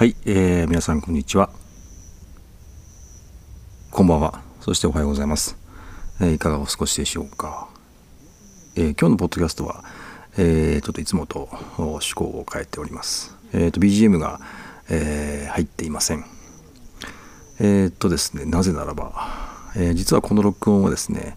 はい、皆さんこんにちは。こんばんは。そしておはようございます。いかがお過ごしでしょうか。今日のポッドキャストは、ちょっといつもと趣向を変えております。BGM が、入っていません。ですね、なぜならば、実はこの録音はですね、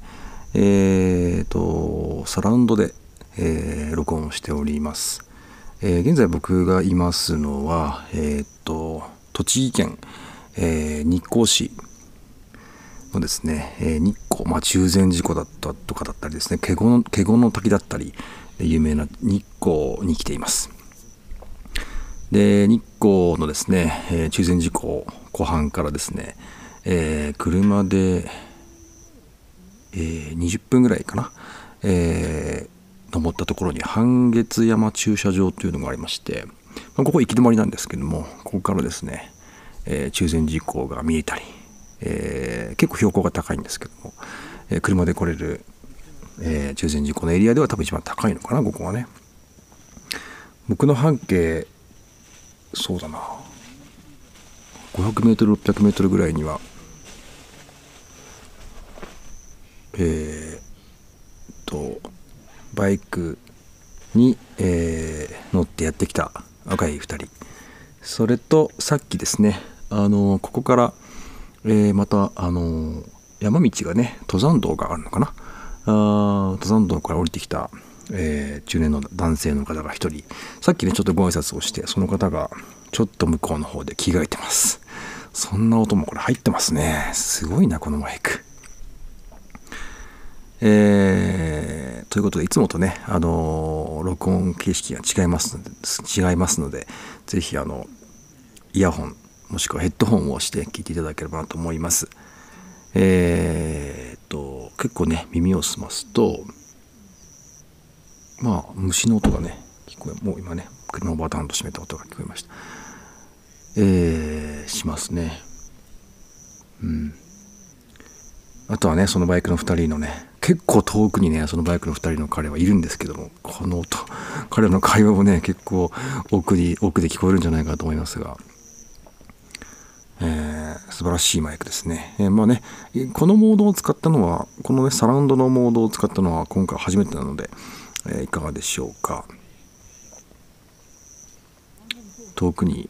サラウンドで、録音をしております。現在僕がいますのは、栃木県、日光市のですね、日光、中禅寺湖だったとかだったりですね、華厳の滝だったり有名な日光に来ています。で、日光のですね、中禅寺湖湖畔からですね、車で、20分ぐらいかな、登ったところに半月山駐車場というのがありまして、ここ行き止まりなんですけども、ここからですね、中禅寺湖が見えたり、結構標高が高いんですけども、車で来れる、中禅寺湖のエリアでは多分一番高いのかな、ここはね。僕の半径そうだな、500メートル600メートルぐらいにはバイクに、乗ってやってきた若い2人、それとさっきですね、ここから、また、山道がね、登山道があるのかな、登山道から降りてきた、中年の男性の方が一人、さっきねちょっとご挨拶をして、その方がちょっと向こうの方で着替えてます。そんな音もこれ入ってますね。すごいなこのマイク。ということで、いつもとね、録音形式が違いますので、ぜひイヤホンもしくはヘッドホンをして聞いていただければなと思います。結構ね、耳を澄ますと虫の音がね聞こえ、もう今ね車をバタンと閉めた音が聞こえました。しますね。あとはね、そのバイクの2人のね、結構遠くにね、そのバイクの2人の彼はいるんですけども、この音、彼らの会話もね、結構奥で聞こえるんじゃないかと思いますが、素晴らしいマイクですね。このモードを使ったのは、このね、サラウンドのモードを使ったのは今回初めてなので、いかがでしょうか。遠くに、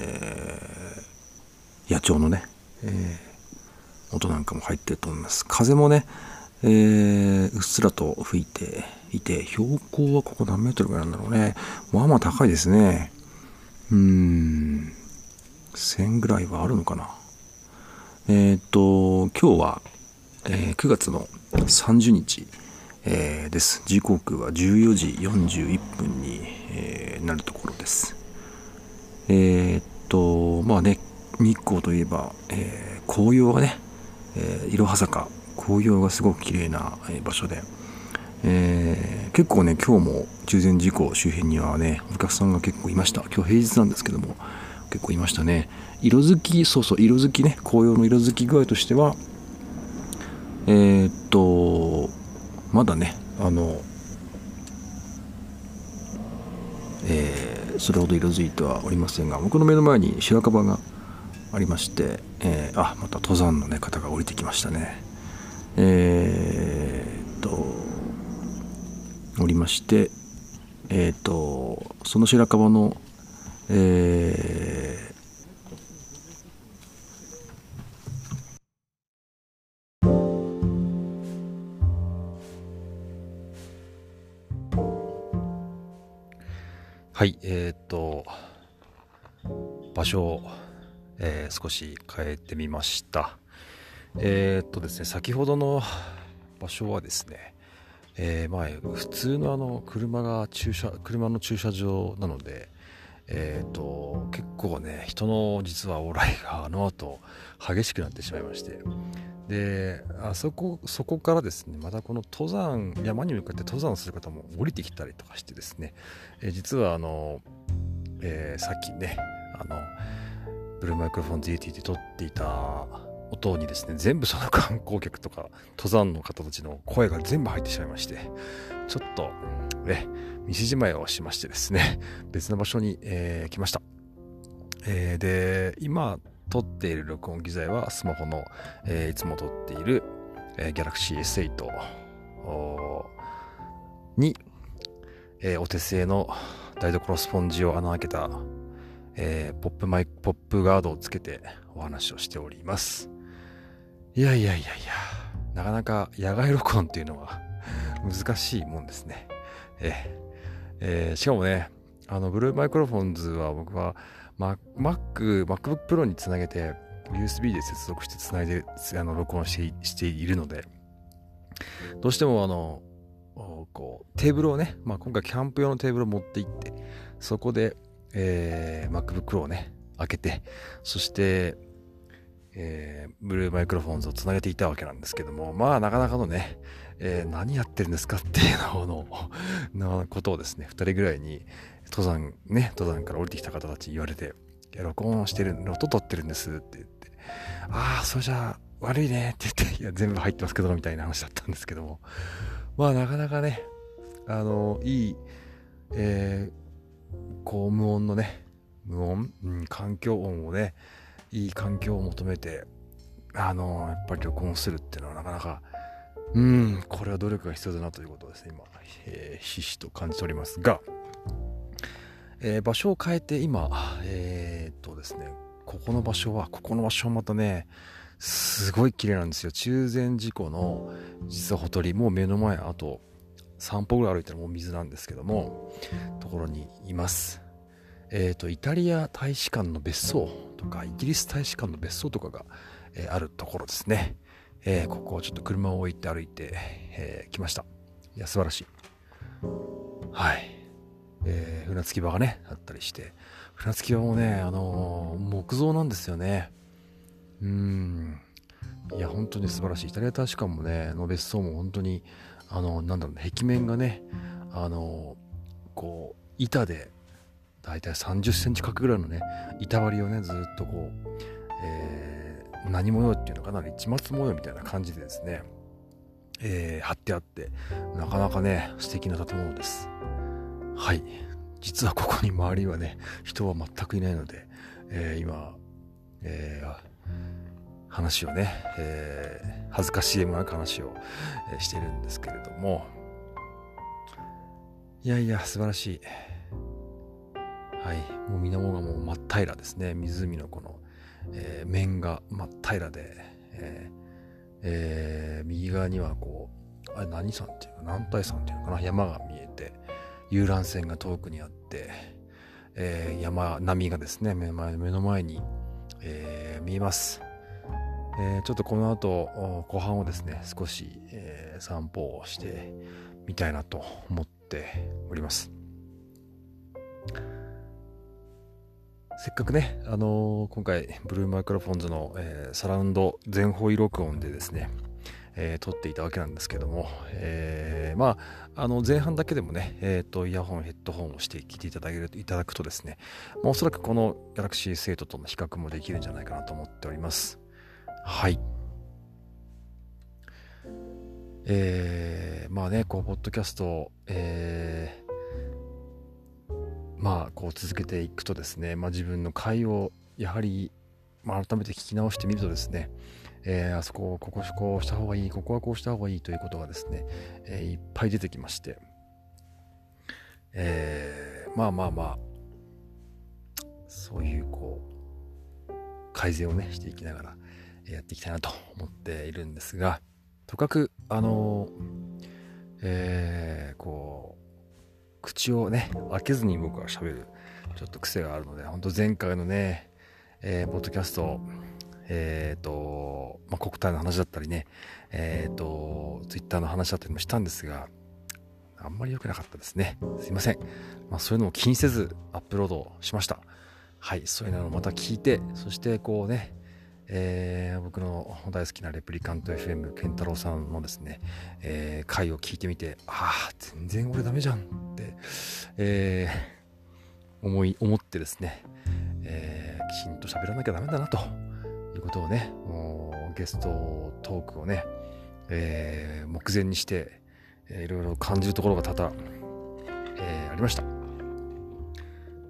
野鳥のね、音なんかも入ってると思います。風もね、うっすらと吹いていて、標高はここ何メートルぐらいなんだろうね。まあ高いですね。1000ぐらいはあるのかな。今日は、9月の30日、です。時刻は14時41分に、なるところです。日光といえば、紅葉がね、いろは坂、紅葉がすごく綺麗な場所で、結構ね、今日も中禅寺湖周辺にはね、お客さんが結構いました。今日平日なんですけども、結構いましたね。色づきね、紅葉の色づき具合としては、まだね、それほど色づいてはおりませんが、僕の目の前に白樺がありまして、また登山の、ね、方が降りてきましたね。おりまして、その白樺の、はい、場所を、少し変えてみました。ですね、先ほどの場所はですね、普通の車の駐車場なので、結構ね、人の実は往来が後激しくなってしまいまして、で、そこからですね、またこの山に向かって登山する方も降りてきたりとかしてですね、実はさっきね、ブルーマイクロフォン ZT で撮っていた音にですね、全部その観光客とか登山の方たちの声が全部入ってしまいまして、ちょっとね、道じまいをしましてですね、別の場所に、来ました。 で今撮っている録音機材はスマホの、いつも撮っている、Galaxy S8 に、お手製の台所スポンジを穴開けた、ポップガードをつけてお話をしております。いやなかなか野外録音っていうのは難しいもんですね。しかもね、ブルーマイクロフォンズは僕はMacBook Pro につなげて USB で接続してつないで録音しているので、どうしてもこうテーブルをね、今回キャンプ用のテーブルを持って行って、そこで、MacBook Pro をね開けて、そしてブルーマイクロフォンズをつなげていたわけなんですけども、なかなかのね、何やってるんですかっていうのことをですね、2人ぐらいに登山から降りてきた方たちに言われて、録音してる、音取ってるんですって言って、それじゃあ悪いねって言って、いや全部入ってますけどみたいな話だったんですけども、なかなかね、いい、無音のね、環境音をね、いい環境を求めて、やっぱり録音するっていうのはなかなか、これは努力が必要だなということをですね、今、ひしひしと感じておりますが、場所を変えて今、ですね、ここの場所はまたね、すごい綺麗なんですよ。中禅寺湖の実はほとり、もう目の前、あと3歩ぐらい歩いたらもう水なんですけども、ところにいます。イタリア大使館の別荘とかイギリス大使館の別荘とかが、あるところですね。ここをちょっと車を置いて歩いてきました。いや素晴らしい。はい。船着き場がねあったりして、船着き場もね木造なんですよね。いや本当に素晴らしい。イタリア大使館もねの別荘も本当に壁面がねこう板でだいたい30センチ角ぐらいのね板張りをねずっとこう、何模様っていうのかな、市松模様みたいな感じでですね、貼ってあって、なかなかね素敵な建物です。はい。実はここに周りはね人は全くいないので、今、話をね、恥ずかしげもなく話を、しているんですけれども、いや素晴らしい。はい、もう水面がもう真っ平らですね。湖のこの、面が真っ平らで、右側にはこう何山っていうか男体山っていうのかな、山が見えて、遊覧船が遠くにあって、波がですね目の前に、見えます。ちょっとこの後後半をですね少し、散歩をしてみたいなと思っております。せっかくね、今回ブルーマイクロフォンズの、サラウンド全方位録音でですね、撮っていたわけなんですけども、前半だけでもね、イヤホンヘッドホンをして聞いていただくとですね、おそらくこの Galaxy S8 との比較もできるんじゃないかなと思っております。はい。こうポッドキャストを、こう続けていくとですね、自分の回をやはり、改めて聞き直してみるとですね、あそここうした方がいい、ここはこうした方がいいということがですね、いっぱい出てきまして、そういうこう改善をねしていきながらやっていきたいなと思っているんですが、とかくこう口をね開けずに僕は喋るちょっと癖があるので、本当前回のね、ポッドキャスト、国体の話だったりね、ツイッターの話だったりもしたんですが、あんまり良くなかったですね。すいません。そういうのを気にせずアップロードしました。はい、そういうのをまた聞いて、そしてこうね、僕の大好きなレプリカント FM 健太郎さんのですね、回を聞いてみて、全然俺ダメじゃんって、思ってですね、きちんと喋らなきゃダメだなということをね、ゲストトークをね、目前にして、いろいろ感じるところが多々、ありました。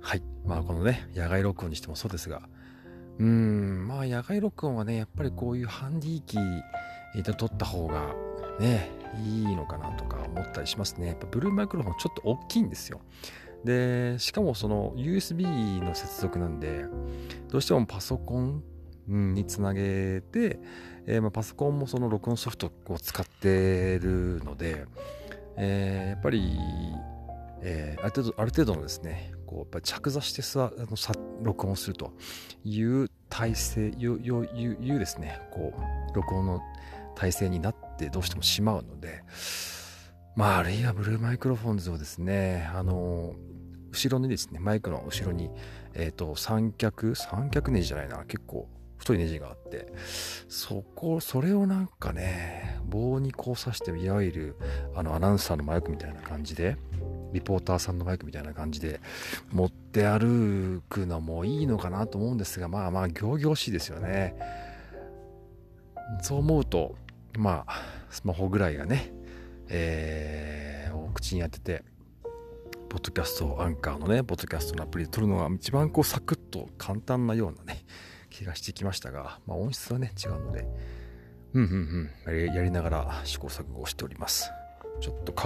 はい。まあこのね、野外録音にしてもそうですが、まあ野外録音はね、やっぱりこういうハンディ機で撮った方がね、いいのかなとか思ったりしますね。やっぱブルーマイクロフォンちょっと大きいんですよ。で、しかもその USB の接続なんで、どうしてもパソコンにつなげて、パソコンもその録音ソフトを使ってるので、やっぱり、ある程度のですね、こうやっぱり着座して録音するという体制、いうですね、こう録音の体制になってどうしてもしまうので、まああるいはブルーマイクロフォンズをですね、後ろにですね、マイクの後ろに、三脚ネジじゃないな、結構太いネジがあって、それをなんかね、棒にこう刺して、いわゆるアナウンサーのマイクみたいな感じで、リポーターさんのマイクみたいな感じで持って歩くのもいいのかなと思うんですが、まあまあ仰々しいですよね。そう思うと、まあスマホぐらいがね、お口に当てて、ポッドキャスト、アンカーのね、ポッドキャストのアプリで撮るのが一番こうサクッと簡単なようなね、気がしてきましたが、まあ音質はね、違うので、やりながら試行錯誤をしております。ちょっと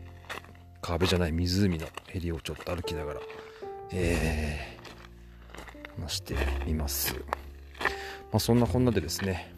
湖のエリをちょっと歩きながら、話してみます。まあそんなこんなでですね、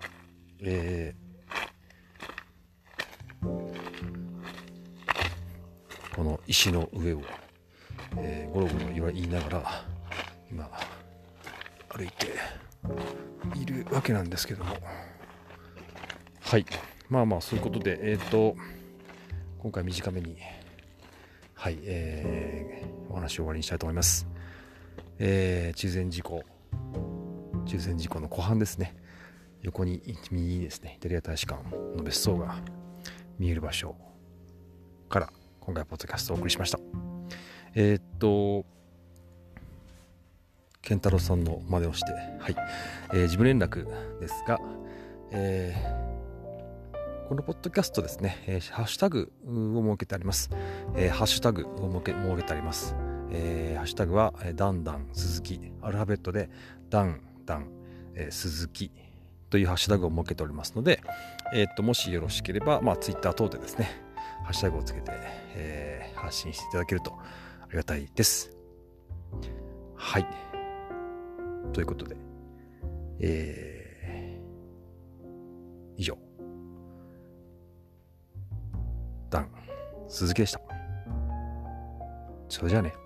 この石の上を、ゴロゴロ言いながら今歩いているわけなんですけども、はい、まあまあそういうことで、今回短めに、はい、お話を終わりにしたいと思います。中禅寺湖の湖畔ですね。横に右にですね、イタリア大使館の別荘が見える場所から今回ポッドキャストをお送りしました。健太郎さんの真似をして、はい、事務連絡ですが、このポッドキャストですね、ハッシュタグを設けてあります。ハッシュタグを設けてあります。ハッシュタグはダンダン鈴木、アルファベットでダンダン、鈴木というハッシュタグを設けておりますので、もしよろしければ、ツイッター等でですね、ハッシュタグをつけて、発信していただけるとありがたいです。はい。ということで、以上、ダン鈴木でした。それじゃあね。